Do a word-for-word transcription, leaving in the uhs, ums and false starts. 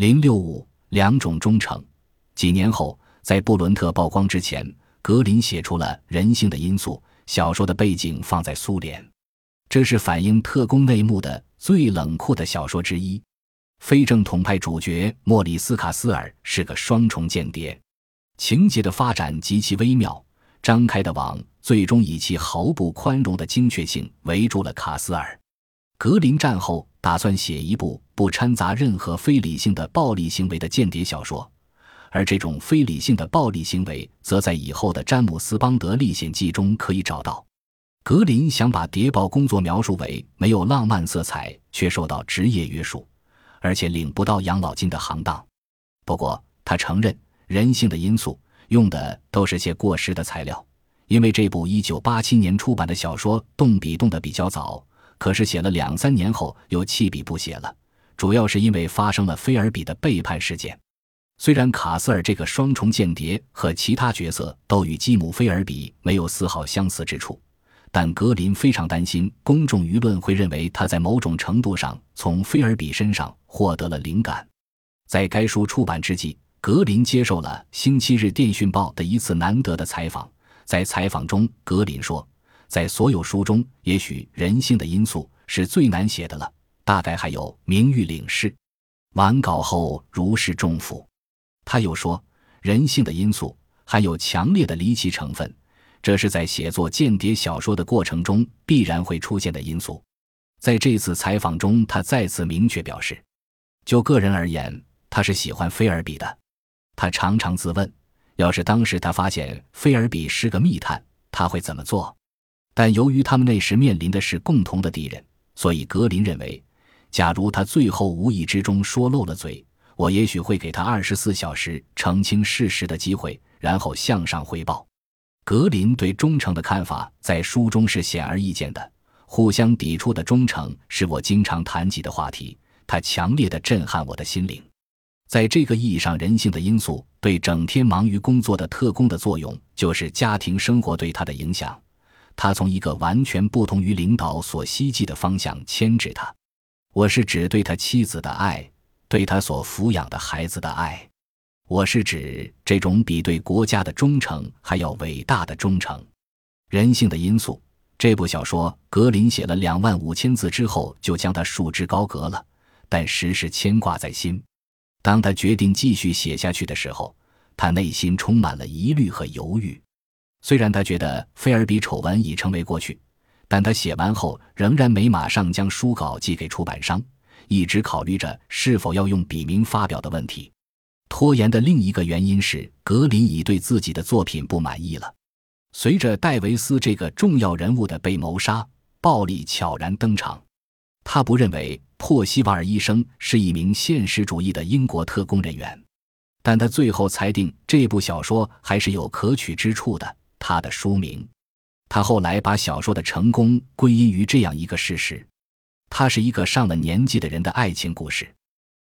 零六五两种忠诚。几年后，在布伦特曝光之前，格林写出了《人性的因素》，小说的背景放在苏联，这是反映特工内幕的最冷酷的小说之一。非正统派主角莫里斯·卡斯尔是个双重间谍，情节的发展极其微妙，张开的网最终以其毫不宽容的精确性围住了卡斯尔。格林战后打算写一部不掺杂任何非理性的暴力行为的间谍小说，而这种非理性的暴力行为则在以后的詹姆斯·邦德历险记中可以找到。格林想把谍报工作描述为没有浪漫色彩却受到职业约束，而且领不到养老金的行当。不过他承认，人性的因素用的都是些过时的材料，因为这部一九八七年出版的小说动笔动得比较早，可是写了两三年后又弃笔不写了，主要是因为发生了菲尔比的背叛事件。虽然卡斯尔这个双重间谍和其他角色都与基姆·菲尔比没有丝毫相似之处，但格林非常担心公众舆论会认为他在某种程度上从菲尔比身上获得了灵感。在该书出版之际，格林接受了《星期日电讯报》的一次难得的采访。在采访中，格林说，在所有书中，也许人性的因素是最难写的了，大概还有名誉领事。完稿后如释重负。他又说，人性的因素含有强烈的离奇成分，这是在写作间谍小说的过程中必然会出现的因素。在这次采访中，他再次明确表示，就个人而言，他是喜欢菲尔比的。他常常自问，要是当时他发现菲尔比是个密探，他会怎么做？但由于他们那时面临的是共同的敌人，所以格林认为，假如他最后无意之中说漏了嘴，我也许会给他二十四小时澄清事实的机会，然后向上汇报。格林对忠诚的看法在书中是显而易见的，互相抵触的忠诚是我经常谈及的话题，它强烈地震撼我的心灵。在这个意义上，人性的因素对整天忙于工作的特工的作用，就是家庭生活对他的影响。他从一个完全不同于领导所希冀的方向牵制他。我是指对他妻子的爱，对他所抚养的孩子的爱。我是指这种比对国家的忠诚还要伟大的忠诚。人性的因素这部小说，格林写了两万五千字之后就将它束之高阁了，但时时牵挂在心。当他决定继续写下去的时候，他内心充满了疑虑和犹豫。虽然他觉得菲尔比丑闻已成为过去，但他写完后仍然没马上将书稿寄给出版商，一直考虑着是否要用笔名发表的问题。拖延的另一个原因是格林已对自己的作品不满意了。随着戴维斯这个重要人物的被谋杀，暴力悄然登场。他不认为珀西瓦尔医生是一名现实主义的英国特工人员，但他最后裁定这部小说还是有可取之处的，他的书名。他后来把小说的成功归因于这样一个事实，它是一个上了年纪的人的爱情故事。